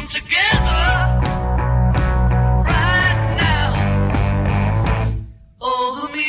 together right now over me.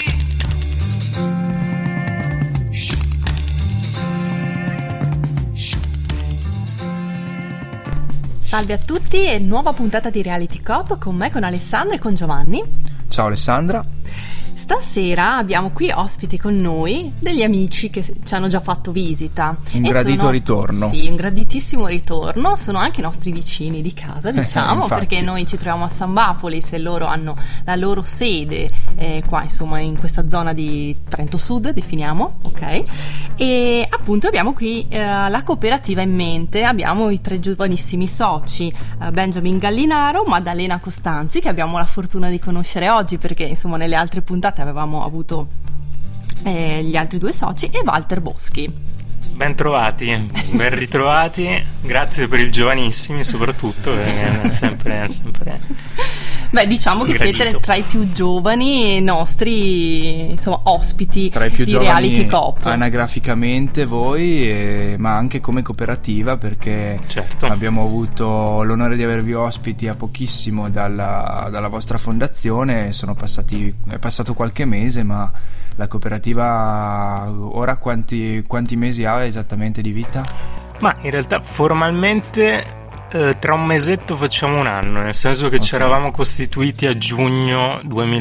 Salve a tutti e nuova puntata di Reality Cop con me, con Alessandra e con Giovanni. Ciao Alessandra. Stasera abbiamo qui ospiti con noi degli amici che ci hanno già fatto visita. Un gradito ritorno. Sì, un graditissimo ritorno. Sono anche i nostri vicini di casa, diciamo, perché noi ci troviamo a San Bapolis e loro hanno la loro sede qua, insomma, in questa zona di Trento Sud, definiamo, ok? E appunto abbiamo qui la cooperativa in mente. Abbiamo i 3 giovanissimi soci, Benjamin Gallinaro, Maddalena Costanzi, che abbiamo la fortuna di conoscere oggi perché, insomma, nelle altre puntate avevamo avuto gli altri 2 soci, e Walter Boschi. Ben trovati, ben ritrovati, grazie per il giovanissimi soprattutto, perché è sempre Beh, diciamo che gradito. siete tra i più giovani nostri, insomma, ospiti Tra i più di giovani Reality Cop. Anagraficamente voi, ma anche come cooperativa, perché Certo. abbiamo avuto l'onore di avervi ospiti a pochissimo dalla vostra fondazione. È passato qualche mese, ma la cooperativa ora quanti mesi ha esattamente di vita? Ma in realtà formalmente tra un mesetto facciamo un anno, nel senso che ci eravamo costituiti a giugno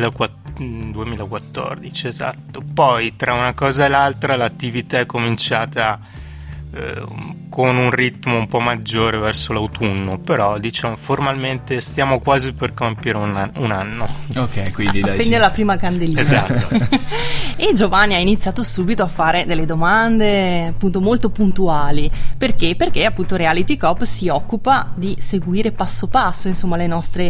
2014, esatto. Poi tra una cosa e l'altra l'attività è cominciata con un ritmo un po' maggiore verso l'autunno, però diciamo formalmente stiamo quasi per compiere un anno. Ok, quindi A spegnere la prima candelina. Esatto. E Giovanni ha iniziato subito a fare delle domande appunto molto puntuali. Perché? Perché appunto Reality Cop si occupa di seguire passo passo, insomma, le nostre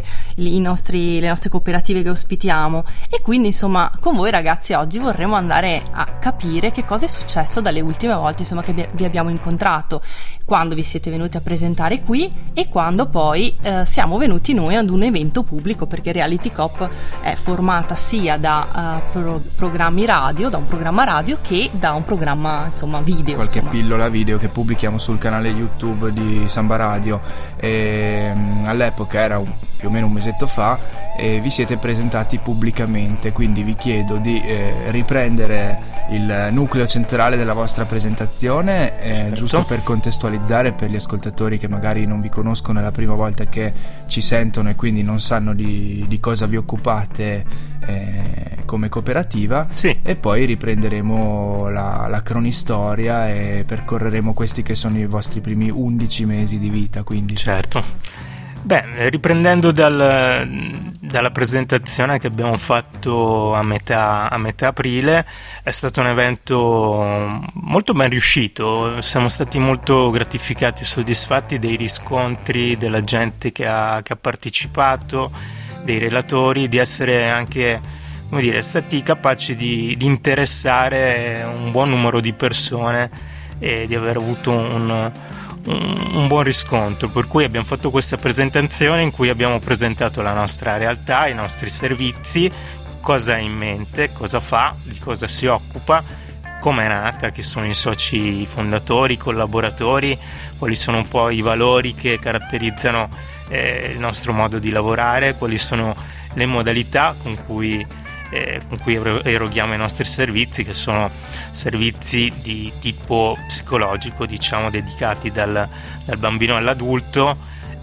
cooperative che ospitiamo, e quindi, insomma, con voi ragazzi oggi vorremmo andare a capire che cosa è successo dalle ultime volte, insomma, che vi abbiamo incontrato, quando vi siete venuti a presentare qui e quando poi siamo venuti noi ad un evento pubblico, perché Reality Cop è formata sia da programmi radio, da un programma radio, che da un programma, insomma, video. Qualche insomma. pillola video che pubblichiamo sul canale YouTube di Samba Radio. All'epoca era più o meno un mesetto fa, e vi siete presentati pubblicamente, quindi vi chiedo di riprendere il nucleo centrale della vostra presentazione, Certo. giusto per contestualizzare per gli ascoltatori che magari non vi conoscono, è la prima volta che ci sentono e quindi non sanno di cosa vi occupate come cooperativa. Sì. E poi riprenderemo la cronistoria e percorreremo questi che sono i vostri primi 11 mesi di vita, quindi. Certo. Beh, riprendendo dalla presentazione che abbiamo fatto a metà aprile, è stato un evento molto ben riuscito. Siamo stati molto gratificati e soddisfatti dei riscontri della gente che ha partecipato, dei relatori, di essere anche, come dire, stati capaci di interessare un buon numero di persone e di aver avuto un buon riscontro, per cui abbiamo fatto questa presentazione in cui abbiamo presentato la nostra realtà, i nostri servizi, cosa ha in mente, cosa fa, di cosa si occupa, come è nata, chi sono i soci fondatori, i collaboratori, quali sono un po' i valori che caratterizzano il nostro modo di lavorare, quali sono le modalità con cui eroghiamo i nostri servizi, che sono servizi di tipo psicologico, diciamo, dedicati dal bambino all'adulto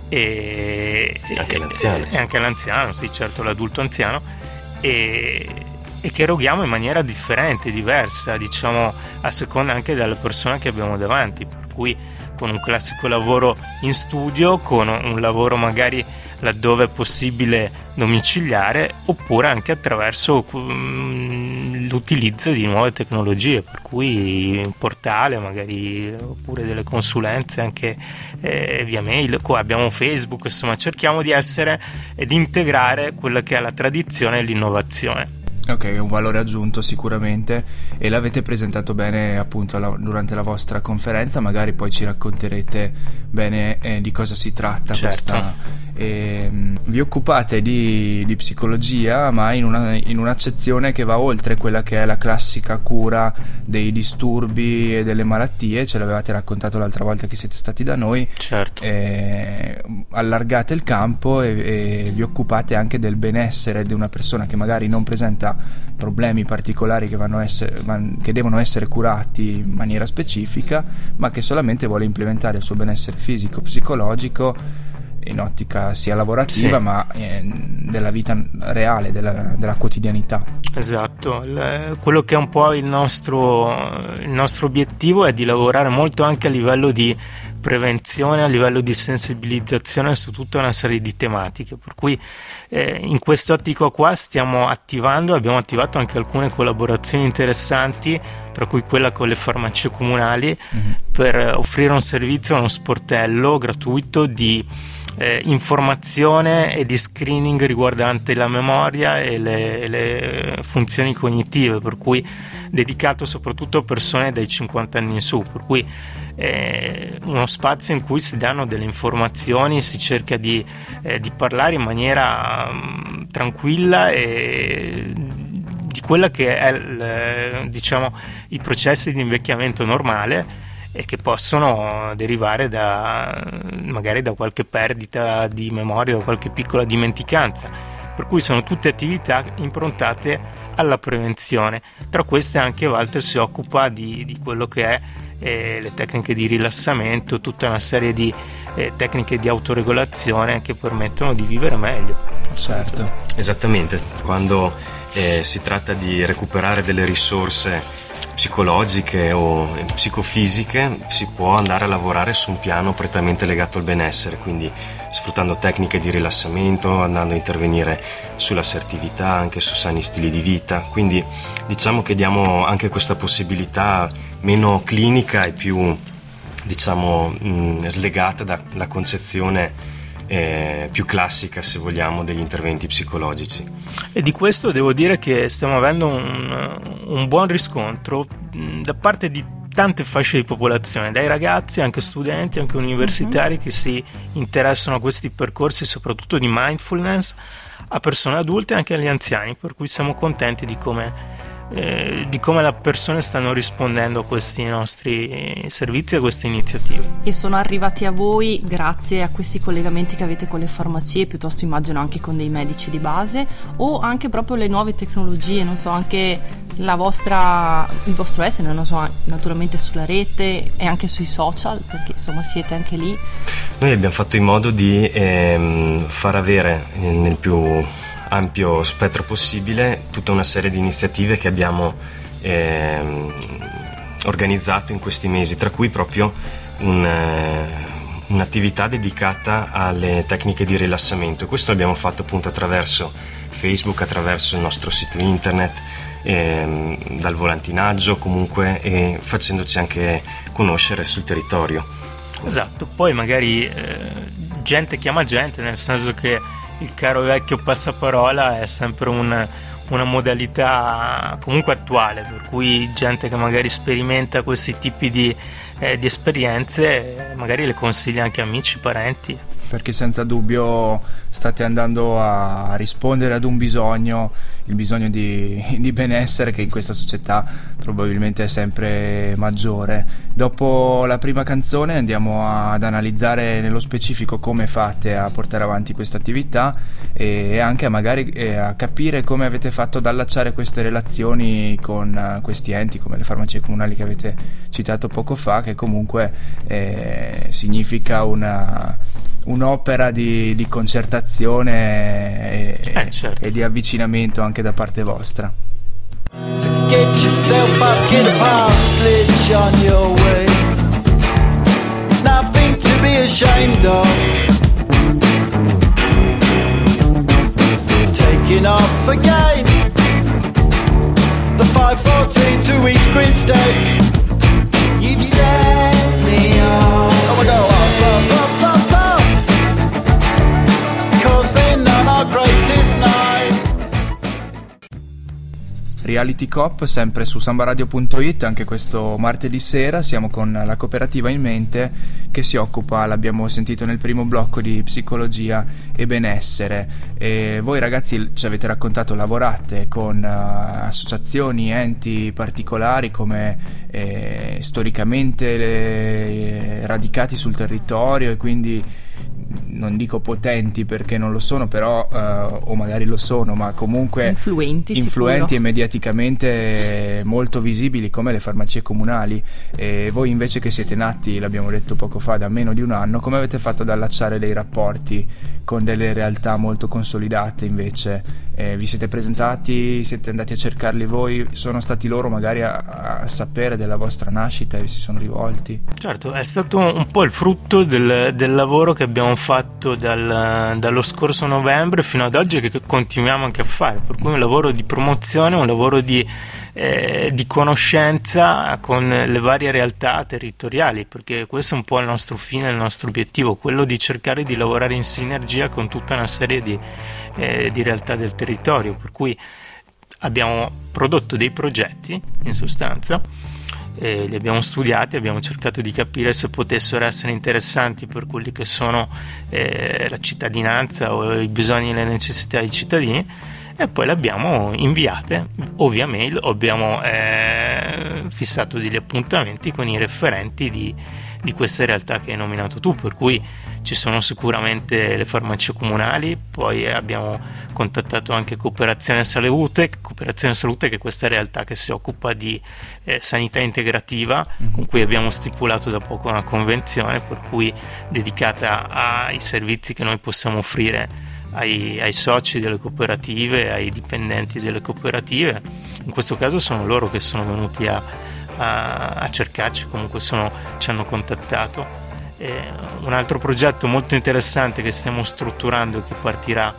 e anche all'anziano, sì, certo, l'adulto anziano, e che eroghiamo in maniera differente, diversa, diciamo, a seconda anche della persona che abbiamo davanti, per cui con un classico lavoro in studio, con un lavoro magari laddove è possibile domiciliare, oppure anche attraverso l'utilizzo di nuove tecnologie, per cui un portale magari, oppure delle consulenze anche via mail. Qua abbiamo Facebook, insomma cerchiamo di integrare quella che è la tradizione e l'innovazione. Ok, è un valore aggiunto sicuramente, e l'avete presentato bene appunto durante la vostra conferenza. Magari poi ci racconterete bene di cosa si tratta. Certo. Vi occupate di psicologia, ma in un'accezione che va oltre quella che è la classica cura dei disturbi e delle malattie. Ce l'avevate raccontato l'altra volta che siete stati da noi. Certo. allargate il campo e vi occupate anche del benessere di una persona che magari non presenta problemi particolari che devono essere curati in maniera specifica, ma che solamente vuole implementare il suo benessere fisico, psicologico in ottica sia lavorativa, sì, ma della vita reale, della quotidianità. Esatto, quello che è un po' il nostro obiettivo è di lavorare molto anche a livello di prevenzione, a livello di sensibilizzazione su tutta una serie di tematiche, per cui in quest'ottica qua abbiamo attivato anche alcune collaborazioni interessanti, tra cui quella con le farmacie comunali, per offrire un servizio, uno sportello gratuito di informazione e di screening riguardante la memoria e le funzioni cognitive, per cui dedicato soprattutto a persone dai 50 anni in su, per cui uno spazio in cui si danno delle informazioni, si cerca di parlare in maniera tranquilla e di quella che è i processi di invecchiamento normale e che possono derivare magari da qualche perdita di memoria o qualche piccola dimenticanza, per cui sono tutte attività improntate alla prevenzione. Tra queste anche Walter si occupa di quello che è le tecniche di rilassamento, tutta una serie di tecniche di autoregolazione che permettono di vivere meglio. Certo, esattamente, quando si tratta di recuperare delle risorse psicologiche o psicofisiche, si può andare a lavorare su un piano prettamente legato al benessere, quindi sfruttando tecniche di rilassamento, andando a intervenire sull'assertività, anche su sani stili di vita. Quindi diciamo che diamo anche questa possibilità meno clinica e più slegata dalla concezione più classica, se vogliamo, degli interventi psicologici. E di questo devo dire che stiamo avendo un buon riscontro da parte di tante fasce di popolazione, dai ragazzi, anche studenti, anche universitari che si interessano a questi percorsi, soprattutto di mindfulness, a persone adulte e anche agli anziani, per cui siamo contenti di come le persone stanno rispondendo a questi nostri servizi, a queste iniziative. E sono arrivati a voi grazie a questi collegamenti che avete con le farmacie, piuttosto immagino anche con dei medici di base, o anche proprio le nuove tecnologie, non so, anche il vostro essere, non so, naturalmente sulla rete e anche sui social, perché insomma siete anche lì. Noi abbiamo fatto in modo di far avere nel più ampio spettro possibile tutta una serie di iniziative che abbiamo organizzato in questi mesi, tra cui proprio un'attività dedicata alle tecniche di rilassamento. Questo l'abbiamo fatto appunto attraverso Facebook, attraverso il nostro sito internet, dal volantinaggio comunque, e facendoci anche conoscere sul territorio. Esatto, poi magari gente chiama gente, nel senso che il caro vecchio passaparola è sempre una modalità comunque attuale, per cui gente che magari sperimenta questi tipi di esperienze magari le consiglia anche amici, parenti. Perché senza dubbio state andando a rispondere ad un bisogno, il bisogno di benessere, che in questa società probabilmente è sempre maggiore. Dopo la prima canzone andiamo ad analizzare nello specifico come fate a portare avanti questa attività e anche a capire come avete fatto ad allacciare queste relazioni con questi enti come le farmacie comunali che avete citato poco fa, che comunque significa un'opera di concertazione certo, e di avvicinamento anche da parte vostra. So get yourself up, get a pass, glitch on your way. It's nothing to be ashamed of. Taking off again. The 514 to East Grinstead. You've set me on. Oh my God, up, up, up, up. Causing on our greatest night. Reality Cop, sempre su sambaradio.it. Anche questo martedì sera siamo con la cooperativa In Mente, che si occupa, l'abbiamo sentito nel primo blocco, di psicologia e benessere. E voi ragazzi ci avete raccontato, lavorate con associazioni, enti particolari come storicamente radicati sul territorio, e quindi non dico potenti perché non lo sono, però o magari lo sono, ma comunque influenti e mediaticamente molto visibili come le farmacie comunali. E voi invece, che siete nati, l'abbiamo detto poco fa, da meno di un anno, come avete fatto ad allacciare dei rapporti con delle realtà molto consolidate invece? Vi siete presentati, siete andati a cercarli voi, sono stati loro magari a sapere della vostra nascita e si sono rivolti? Certo, è stato un po' il frutto del lavoro che abbiamo fatto dallo scorso novembre fino ad oggi, che continuiamo anche a fare, per cui un lavoro di promozione, un lavoro di conoscenza con le varie realtà territoriali, perché questo è un po' il nostro fine, il nostro obiettivo, quello di cercare di lavorare in sinergia con tutta una serie di realtà del territorio, per cui abbiamo prodotto dei progetti, in sostanza, li abbiamo studiati, abbiamo cercato di capire se potessero essere interessanti per quelli che sono la cittadinanza o i bisogni e le necessità dei cittadini, e poi le abbiamo inviate o via mail, o abbiamo fissato degli appuntamenti con i referenti di queste realtà che hai nominato tu, per cui ci sono sicuramente le farmacie comunali, poi abbiamo contattato anche Cooperazione Salute, che è questa realtà che si occupa di sanità integrativa, con cui abbiamo stipulato da poco una convenzione, per cui dedicata ai servizi che noi possiamo offrire ai soci delle cooperative, ai dipendenti delle cooperative. In questo caso sono loro che sono venuti a cercarci, comunque ci hanno contattato. Un altro progetto molto interessante che stiamo strutturando e che partirà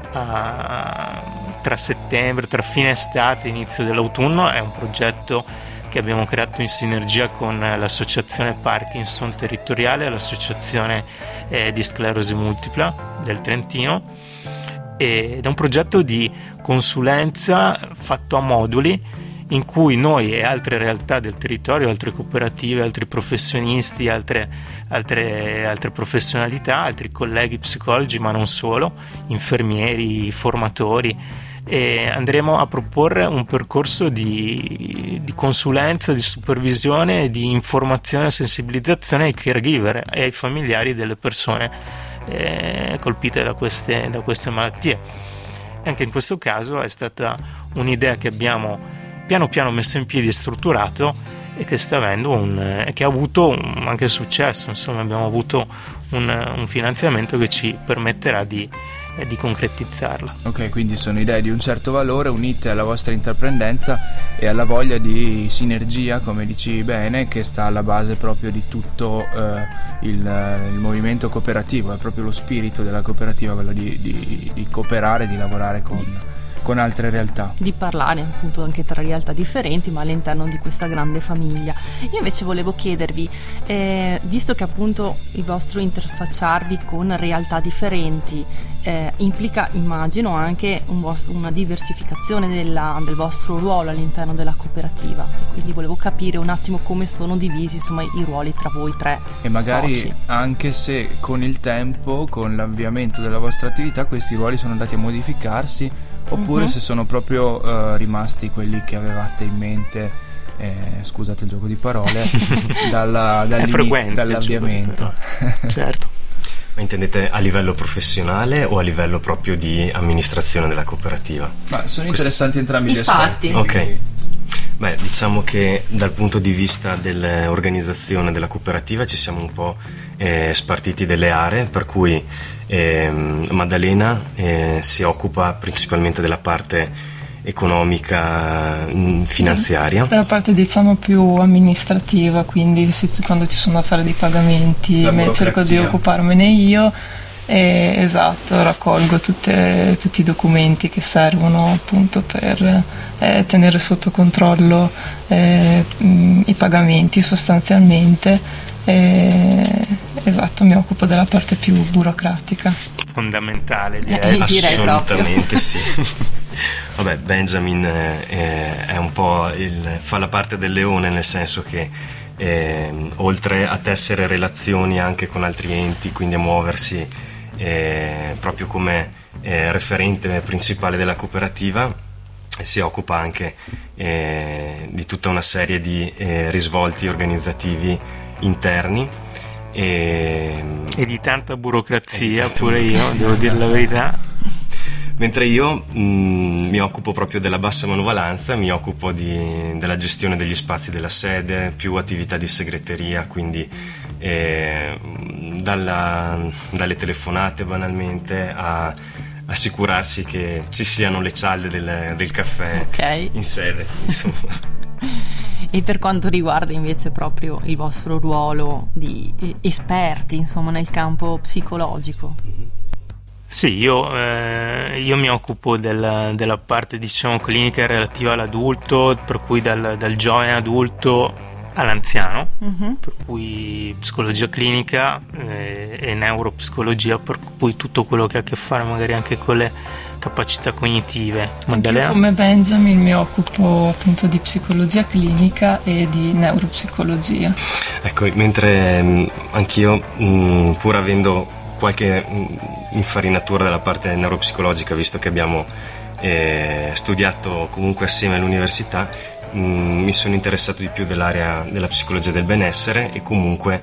tra settembre, tra fine estate e inizio dell'autunno, è un progetto che abbiamo creato in sinergia con l'associazione Parkinson territoriale e l'associazione di sclerosi multipla del Trentino, ed è un progetto di consulenza fatto a moduli, in cui noi e altre realtà del territorio, altre cooperative, altri professionisti, altre professionalità, altri colleghi psicologi, ma non solo, infermieri, formatori, e andremo a proporre un percorso di consulenza, di supervisione, di informazione e sensibilizzazione ai caregiver e ai familiari delle persone colpite da queste malattie. Anche in questo caso è stata un'idea che abbiamo piano piano messo in piedi e strutturato, e che sta avendo che ha avuto anche successo. Insomma, abbiamo avuto un finanziamento che ci permetterà di concretizzarla. Ok, quindi sono idee di un certo valore unite alla vostra intraprendenza e alla voglia di sinergia, come dici bene, che sta alla base proprio di tutto il movimento cooperativo. È proprio lo spirito della cooperativa, quello di cooperare, di lavorare con altre realtà, di parlare appunto anche tra realtà differenti, ma all'interno di questa grande famiglia. Io invece volevo chiedervi, visto che appunto il vostro interfacciarvi con realtà differenti implica, immagino, anche una diversificazione del vostro ruolo all'interno della cooperativa, quindi volevo capire un attimo come sono divisi, insomma, i ruoli tra voi tre e magari soci. Anche se con il tempo, con l'avviamento della vostra attività, questi ruoli sono andati a modificarsi, oppure se sono proprio rimasti quelli che avevate in mente, scusate il gioco di parole, dall'avviamento. Certo. Ma intendete a livello professionale o a livello proprio di amministrazione della cooperativa? Ma sono interessanti entrambi gli aspetti. Ok. Beh, diciamo che dal punto di vista dell'organizzazione della cooperativa ci siamo un po' spartiti delle aree, per cui Maddalena si occupa principalmente della parte economica, finanziaria, della parte diciamo più amministrativa, quindi quando ci sono da fare dei pagamenti cerco di occuparmene io. Esatto, raccolgo tutti i documenti che servono appunto per tenere sotto controllo i pagamenti sostanzialmente. Esatto, mi occupo della parte più burocratica. Fondamentale, direi. Assolutamente sì. Vabbè, Benjamin è un po' fa la parte del leone, nel senso che oltre a tessere relazioni anche con altri enti, quindi a muoversi proprio come referente principale della cooperativa, si occupa anche di tutta una serie di risvolti organizzativi interni, e di tanta burocrazia, pure io, devo dire la verità. Mentre io mi occupo proprio della bassa manovalanza, mi occupo della gestione degli spazi della sede, più attività di segreteria, quindi dalle telefonate banalmente a assicurarsi che ci siano le cialde del caffè in sede, insomma. E per quanto riguarda invece proprio il vostro ruolo di esperti, insomma, nel campo psicologico? Sì, io mi occupo della parte, diciamo, clinica relativa all'adulto, per cui dal giovane adulto all'anziano, per cui psicologia clinica e neuropsicologia, per cui tutto quello che ha a che fare magari anche con le capacità cognitive. Io come Benjamin mi occupo appunto di psicologia clinica e di neuropsicologia. Ecco, mentre anch'io, pur avendo qualche infarinatura dalla parte neuropsicologica, visto che abbiamo studiato comunque assieme all'università, mi sono interessato di più dell'area della psicologia del benessere e comunque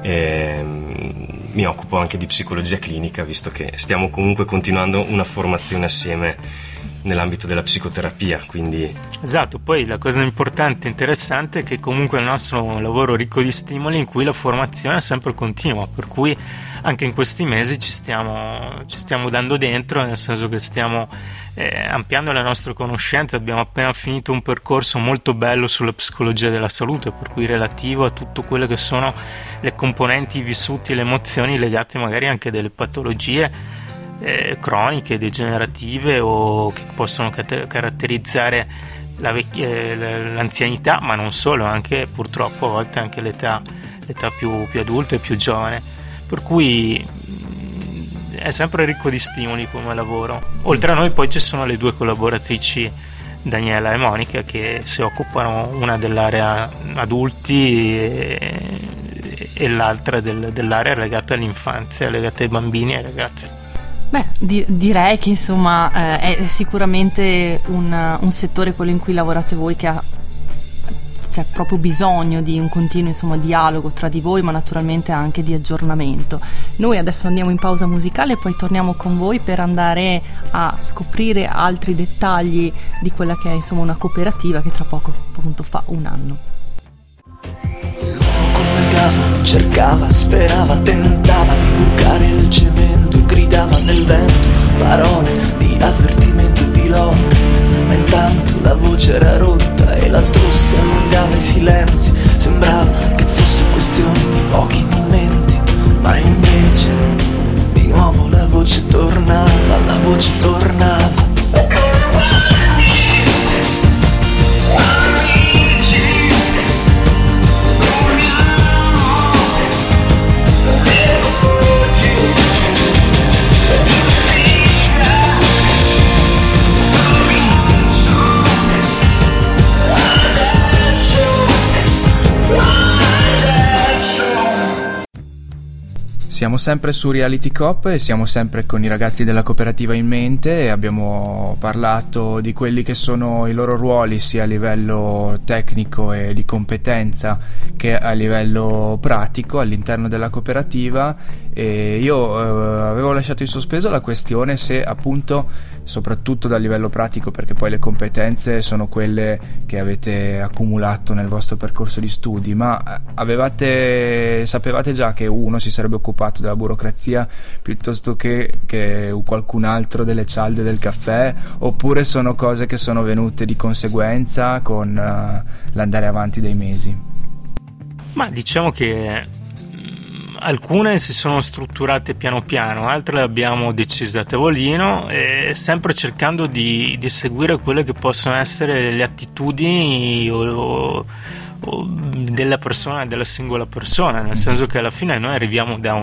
mi occupo anche di psicologia clinica, visto che stiamo comunque continuando una formazione assieme nell'ambito della psicoterapia, quindi... Esatto, poi la cosa importante e interessante è che comunque il nostro lavoro è ricco di stimoli in cui la formazione è sempre continua, per cui anche in questi mesi ci stiamo dando dentro, nel senso che stiamo ampliando le nostre conoscenze. Abbiamo appena finito un percorso molto bello sulla psicologia della salute, per cui relativo a tutto quello che sono le componenti, i vissuti e le emozioni legate magari anche delle patologie croniche, degenerative o che possono caratterizzare l'anzianità, ma non solo, anche purtroppo a volte anche l'età più adulta e più giovane, per cui è sempre ricco di stimoli come lavoro. Oltre a noi poi ci sono le due collaboratrici, Daniela e Monica, che si occupano una dell'area adulti e l'altra dell'area legata all'infanzia, legata ai bambini e ai ragazzi. Beh, direi che insomma è sicuramente un settore, quello in cui lavorate voi, che c'è proprio bisogno di un continuo, insomma, dialogo tra di voi, ma naturalmente anche di aggiornamento. Noi adesso andiamo in pausa musicale e poi torniamo con voi per andare a scoprire altri dettagli di quella che è, insomma, una cooperativa che tra poco appunto fa un anno. L'uomo col megafono cercava, sperava, tentava di bucare il cemento, gridava nel vento parole di avvertimento e di lotta, ma intanto la voce era rotta e la tosse allungava i silenzi. Sembrava che fosse questione di pochi momenti, ma invece di nuovo la voce tornava, la voce tornava. Siamo sempre su Reality Coop e siamo sempre con i ragazzi della cooperativa in mente e abbiamo parlato di quelli che sono i loro ruoli sia a livello tecnico e di competenza che a livello pratico all'interno della cooperativa. E io avevo lasciato in sospeso la questione se appunto, soprattutto dal livello pratico, perché poi le competenze sono quelle che avete accumulato nel vostro percorso di studi, ma sapevate già che uno si sarebbe occupato della burocrazia piuttosto che qualcun altro delle cialde del caffè, oppure sono cose che sono venute di conseguenza con l'andare avanti dei mesi? Ma diciamo che alcune si sono strutturate piano piano, altre le abbiamo decise a tavolino, sempre cercando di seguire quelle che possono essere le attitudini o della persona, della singola persona, nel senso che alla fine noi arriviamo da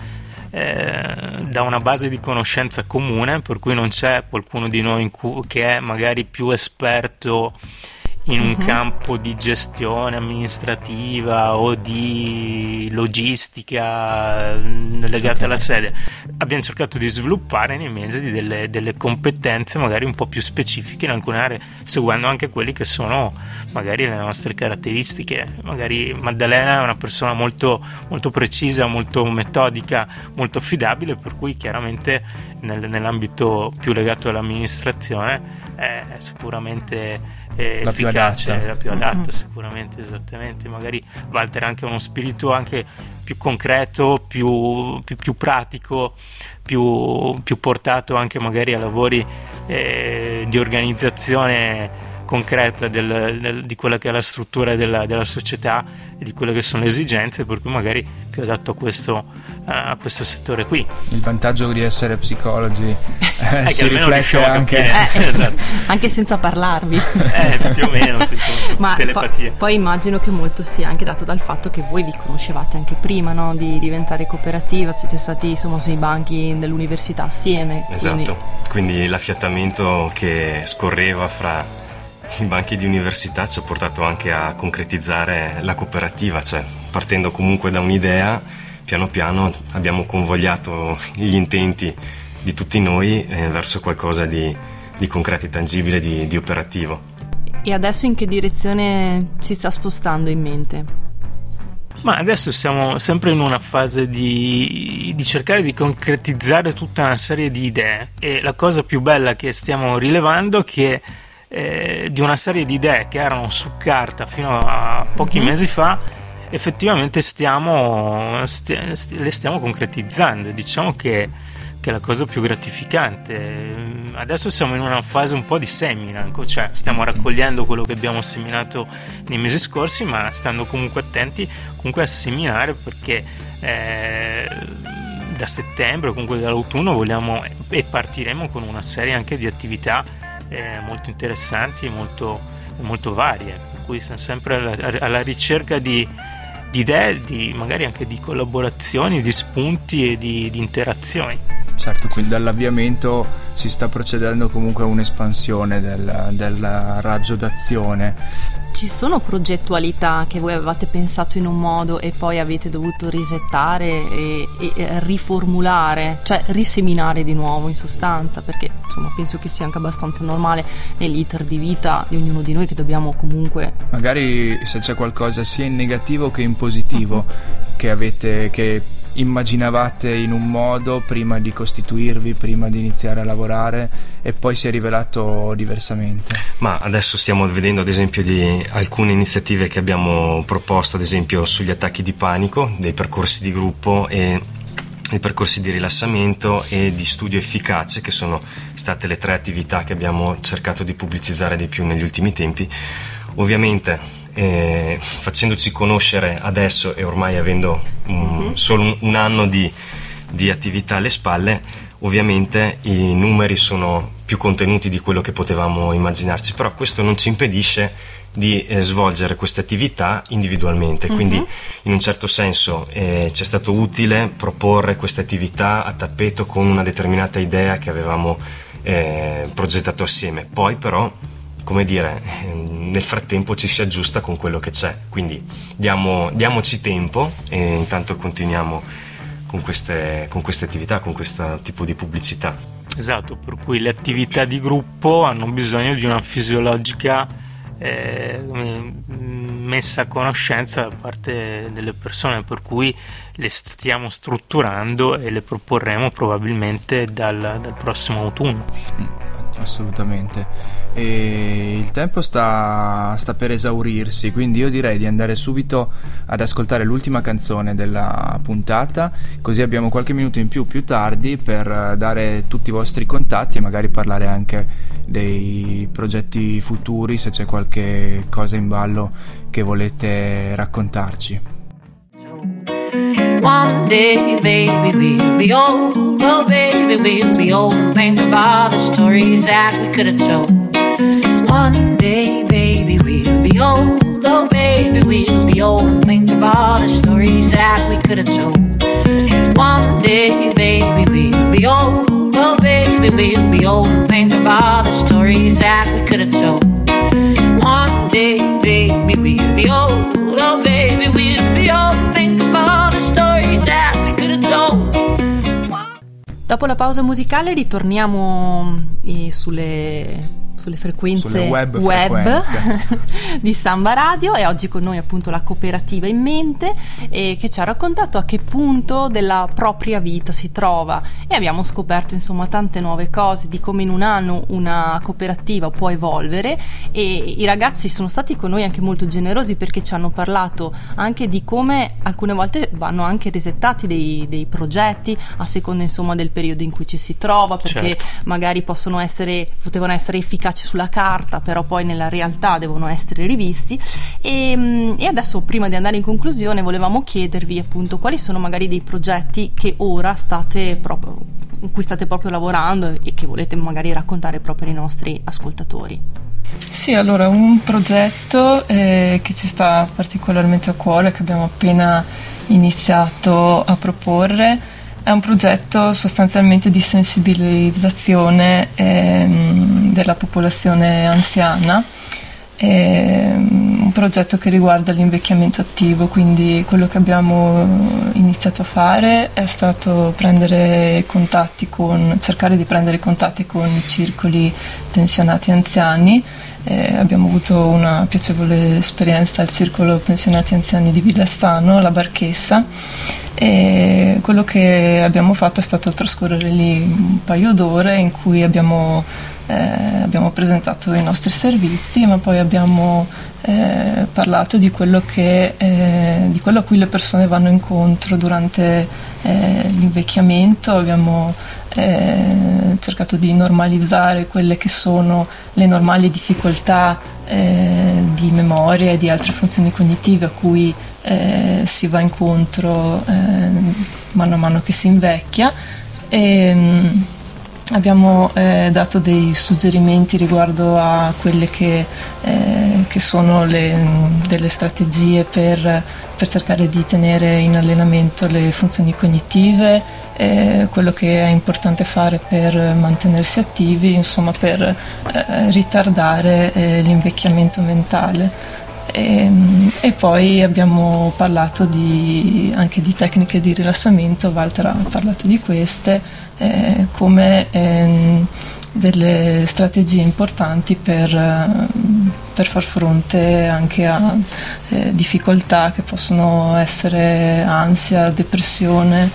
una base di conoscenza comune, per cui non c'è qualcuno di noi che è magari più esperto in un campo di gestione amministrativa o di logistica legate alla sede. Abbiamo cercato di sviluppare nei mesi delle competenze magari un po' più specifiche in alcune aree, seguendo anche quelli che sono magari le nostre caratteristiche. Magari Maddalena è una persona molto, molto precisa, molto metodica, molto affidabile, per cui chiaramente nell'ambito più legato all'amministrazione è sicuramente efficace, la più adatta, sicuramente, esattamente. Magari Walter ha anche uno spirito anche più concreto, più pratico, più portato anche magari a lavori di organizzazione concreta di quella che è la struttura della società e di quelle che sono le esigenze, per cui magari più adatto a questo settore qui. Il vantaggio di essere psicologi si riflette anche esatto. Anche senza parlarvi, più o meno ma telepatia. Poi immagino che molto sia anche dato dal fatto che voi vi conoscevate anche prima, no? Di diventare cooperativa, siete stati insomma sui banchi dell'università assieme. Esatto, quindi l'affiatamento che scorreva fra i banchi di università ci ha portato anche a concretizzare la cooperativa, cioè partendo comunque da un'idea, piano piano abbiamo convogliato gli intenti di tutti noi verso qualcosa di concreto e tangibile, di operativo. E adesso in che direzione si sta spostando in mente? Ma adesso siamo sempre in una fase di cercare di concretizzare tutta una serie di idee, e la cosa più bella che stiamo rilevando è che di una serie di idee che erano su carta fino a pochi mesi fa, effettivamente le stiamo concretizzando, e diciamo che è la cosa più gratificante. Adesso siamo in una fase un po' di seminanco, cioè stiamo raccogliendo quello che abbiamo seminato nei mesi scorsi, ma stando comunque attenti comunque a seminare, perché da settembre, comunque dall'autunno, vogliamo e partiremo con una serie anche di attività molto interessanti e molto varie, per cui stiamo sempre alla ricerca di idee, magari anche di collaborazioni, di spunti e di interazioni. Certo, quindi dall'avviamento si sta procedendo comunque a un'espansione del raggio d'azione. Ci sono progettualità che voi avevate pensato in un modo e poi avete dovuto risettare e riformulare, cioè riseminare di nuovo in sostanza, perché insomma penso che sia anche abbastanza normale nell'iter di vita di ognuno di noi, che dobbiamo comunque, magari se c'è qualcosa sia in negativo che in positivo che immaginavate in un modo prima di costituirvi, prima di iniziare a lavorare, e poi si è rivelato diversamente. Ma adesso stiamo vedendo ad esempio di alcune iniziative che abbiamo proposto, ad esempio sugli attacchi di panico, dei percorsi di gruppo e i percorsi di rilassamento e di studio efficace, che sono state le 3 attività che abbiamo cercato di pubblicizzare di più negli ultimi tempi. Ovviamente facendoci conoscere adesso e ormai avendo solo un anno di attività alle spalle, ovviamente i numeri sono più contenuti di quello che potevamo immaginarci, però questo non ci impedisce di svolgere queste attività individualmente, quindi in un certo senso ci è stato utile proporre queste attività a tappeto con una determinata idea che avevamo progettato assieme. Poi però, come dire, nel frattempo ci si aggiusta con quello che c'è, quindi diamoci tempo e intanto continuiamo con queste attività, con questo tipo di pubblicità. Esatto, per cui le attività di gruppo hanno bisogno di una fisiologica messa a conoscenza da parte delle persone, per cui le stiamo strutturando e le proporremo probabilmente dal prossimo autunno. Assolutamente. E il tempo sta per esaurirsi, quindi io direi di andare subito ad ascoltare l'ultima canzone della puntata, così abbiamo qualche minuto in più tardi per dare tutti i vostri contatti e magari parlare anche dei progetti futuri, se c'è qualche cosa in ballo che volete raccontarci. One day, baby, we'll be old. Oh, baby, we'll be old and think of all the stories that we could have told. One day, baby, we'll be old. Oh, baby, we'll be old and think of all the stories that we could have told. One day, baby, we'll be old. Oh, baby, we'll be old and think of all the stories that we could have told. One day Dopo la pausa musicale ritorniamo sulle frequenze web di Samba Radio, e oggi con noi appunto la cooperativa in mente, che ci ha raccontato a che punto della propria vita si trova, e abbiamo scoperto insomma tante nuove cose di come in un anno una cooperativa può evolvere, e i ragazzi sono stati con noi anche molto generosi, perché ci hanno parlato anche di come alcune volte vanno anche resettati dei progetti a seconda insomma del periodo in cui ci si trova, perché magari potevano essere efficaci sulla carta, però poi nella realtà devono essere rivisti, e adesso, prima di andare in conclusione, volevamo chiedervi appunto quali sono magari dei progetti che ora in cui state proprio lavorando e che volete magari raccontare proprio ai nostri ascoltatori. Sì, allora un progetto che ci sta particolarmente a cuore, che abbiamo appena iniziato a proporre, è un progetto sostanzialmente di sensibilizzazione della popolazione anziana, un progetto che riguarda l'invecchiamento attivo. Quindi quello che abbiamo iniziato a fare è stato cercare di prendere contatti con i circoli pensionati anziani. Abbiamo avuto una piacevole esperienza al circolo pensionati anziani di Villastano, la Barchessa, e quello che abbiamo fatto è stato trascorrere lì un paio d'ore in cui abbiamo presentato i nostri servizi, ma poi abbiamo parlato di quello a cui le persone vanno incontro durante l'invecchiamento. Abbiamo cercato di normalizzare quelle che sono le normali difficoltà di memoria e di altre funzioni cognitive a cui si va incontro mano a mano che si invecchia, e abbiamo dato dei suggerimenti riguardo a quelle che sono delle strategie per cercare di tenere in allenamento le funzioni cognitive, quello che è importante fare per mantenersi attivi, insomma per ritardare l'invecchiamento mentale. E poi abbiamo parlato anche di tecniche di rilassamento. Walter ha parlato di queste come delle strategie importanti per far fronte anche a difficoltà che possono essere ansia, depressione,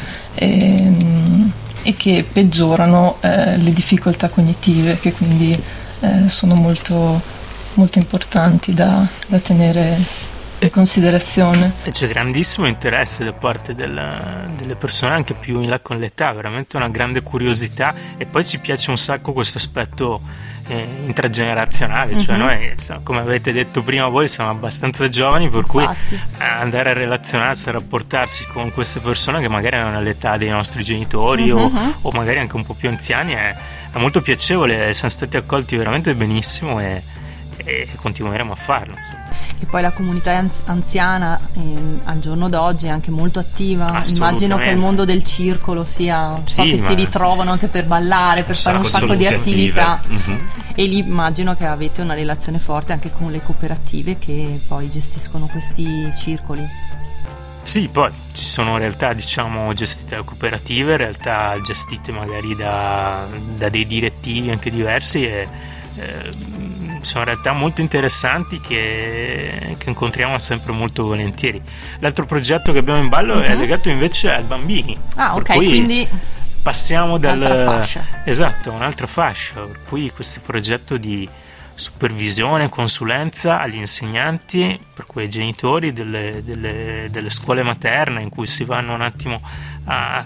e che peggiorano le difficoltà cognitive, che quindi sono molto molto importanti da tenere in considerazione. E c'è grandissimo interesse da parte delle persone anche più in là con l'età, veramente una grande curiosità, e poi ci piace un sacco questo aspetto intragenerazionale, cioè noi, come avete detto prima voi, siamo abbastanza giovani, per cui andare a relazionarsi, a rapportarsi con queste persone che magari hanno l'età dei nostri genitori o magari anche un po' più anziani è molto piacevole. Siamo stati accolti veramente benissimo e continueremo a farlo, insomma. E poi la comunità anziana al giorno d'oggi è anche molto attiva. Immagino che il mondo del circolo sia, so che si ritrovano anche per ballare, per fare un sacco di attività. E lì immagino che avete una relazione forte anche con le cooperative che poi gestiscono questi circoli. Sì, poi ci sono realtà gestite da cooperative, realtà gestite magari da dei direttivi anche diversi, e sono realtà molto interessanti che incontriamo sempre molto volentieri. L'altro progetto che abbiamo in ballo è legato invece ai bambini. Ok, quindi passiamo un'altra un'altra fascia, per cui questo progetto di supervisione e consulenza agli insegnanti, per cui ai genitori delle scuole materne, in cui si vanno un attimo a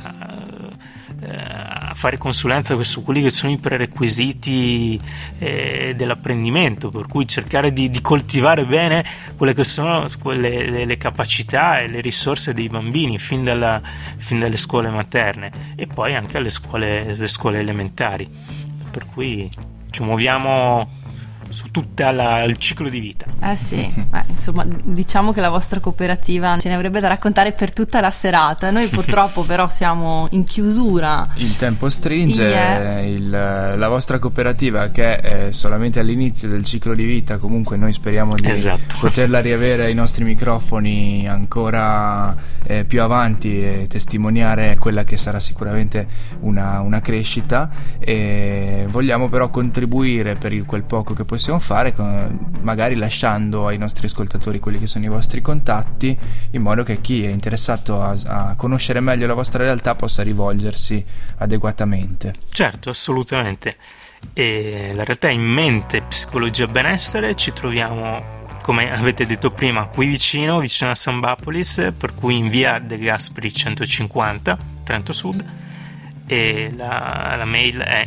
fare consulenza su quelli che sono i prerequisiti dell'apprendimento, per cui cercare di coltivare bene quelle che sono le capacità e le risorse dei bambini fin dalle scuole materne, e poi anche alle scuole elementari, per cui ci muoviamo tutto il ciclo di vita. Sì, insomma, diciamo che la vostra cooperativa ce ne avrebbe da raccontare per tutta la serata. Noi purtroppo però siamo in chiusura. Il tempo stringe, la vostra cooperativa, che è solamente all'inizio del ciclo di vita, comunque noi speriamo di poterla riavere ai nostri microfoni ancora più avanti e testimoniare quella che sarà sicuramente una crescita, e vogliamo però contribuire per quel poco che possiamo fare, magari lasciando ai nostri ascoltatori quelli che sono i vostri contatti, in modo che chi è interessato a conoscere meglio la vostra realtà possa rivolgersi adeguatamente. Certo, assolutamente. E la realtà è in mente Psicologia Benessere, ci troviamo, come avete detto prima, qui vicino a Sambapolis, per cui in via De Gasperi 150, Trento Sud, e la mail è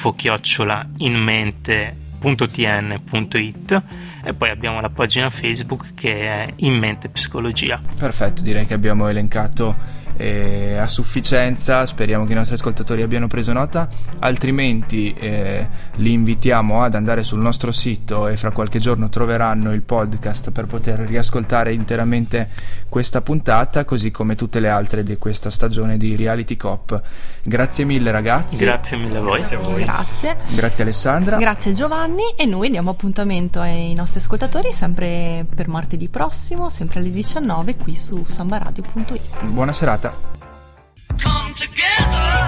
info@inmente.tn.it, e poi abbiamo la pagina Facebook che è In Mente Psicologia. Perfetto, direi che abbiamo elencato a sufficienza, speriamo che i nostri ascoltatori abbiano preso nota, altrimenti li invitiamo ad andare sul nostro sito e fra qualche giorno troveranno il podcast per poter riascoltare interamente questa puntata, così come tutte le altre di questa stagione di Reality Cop. Grazie mille ragazzi. Grazie mille a voi. Grazie Alessandra. Grazie Giovanni, e noi diamo appuntamento ai nostri ascoltatori sempre per martedì prossimo, sempre alle 19 qui su sambaradio.it. Buona serata. Come together.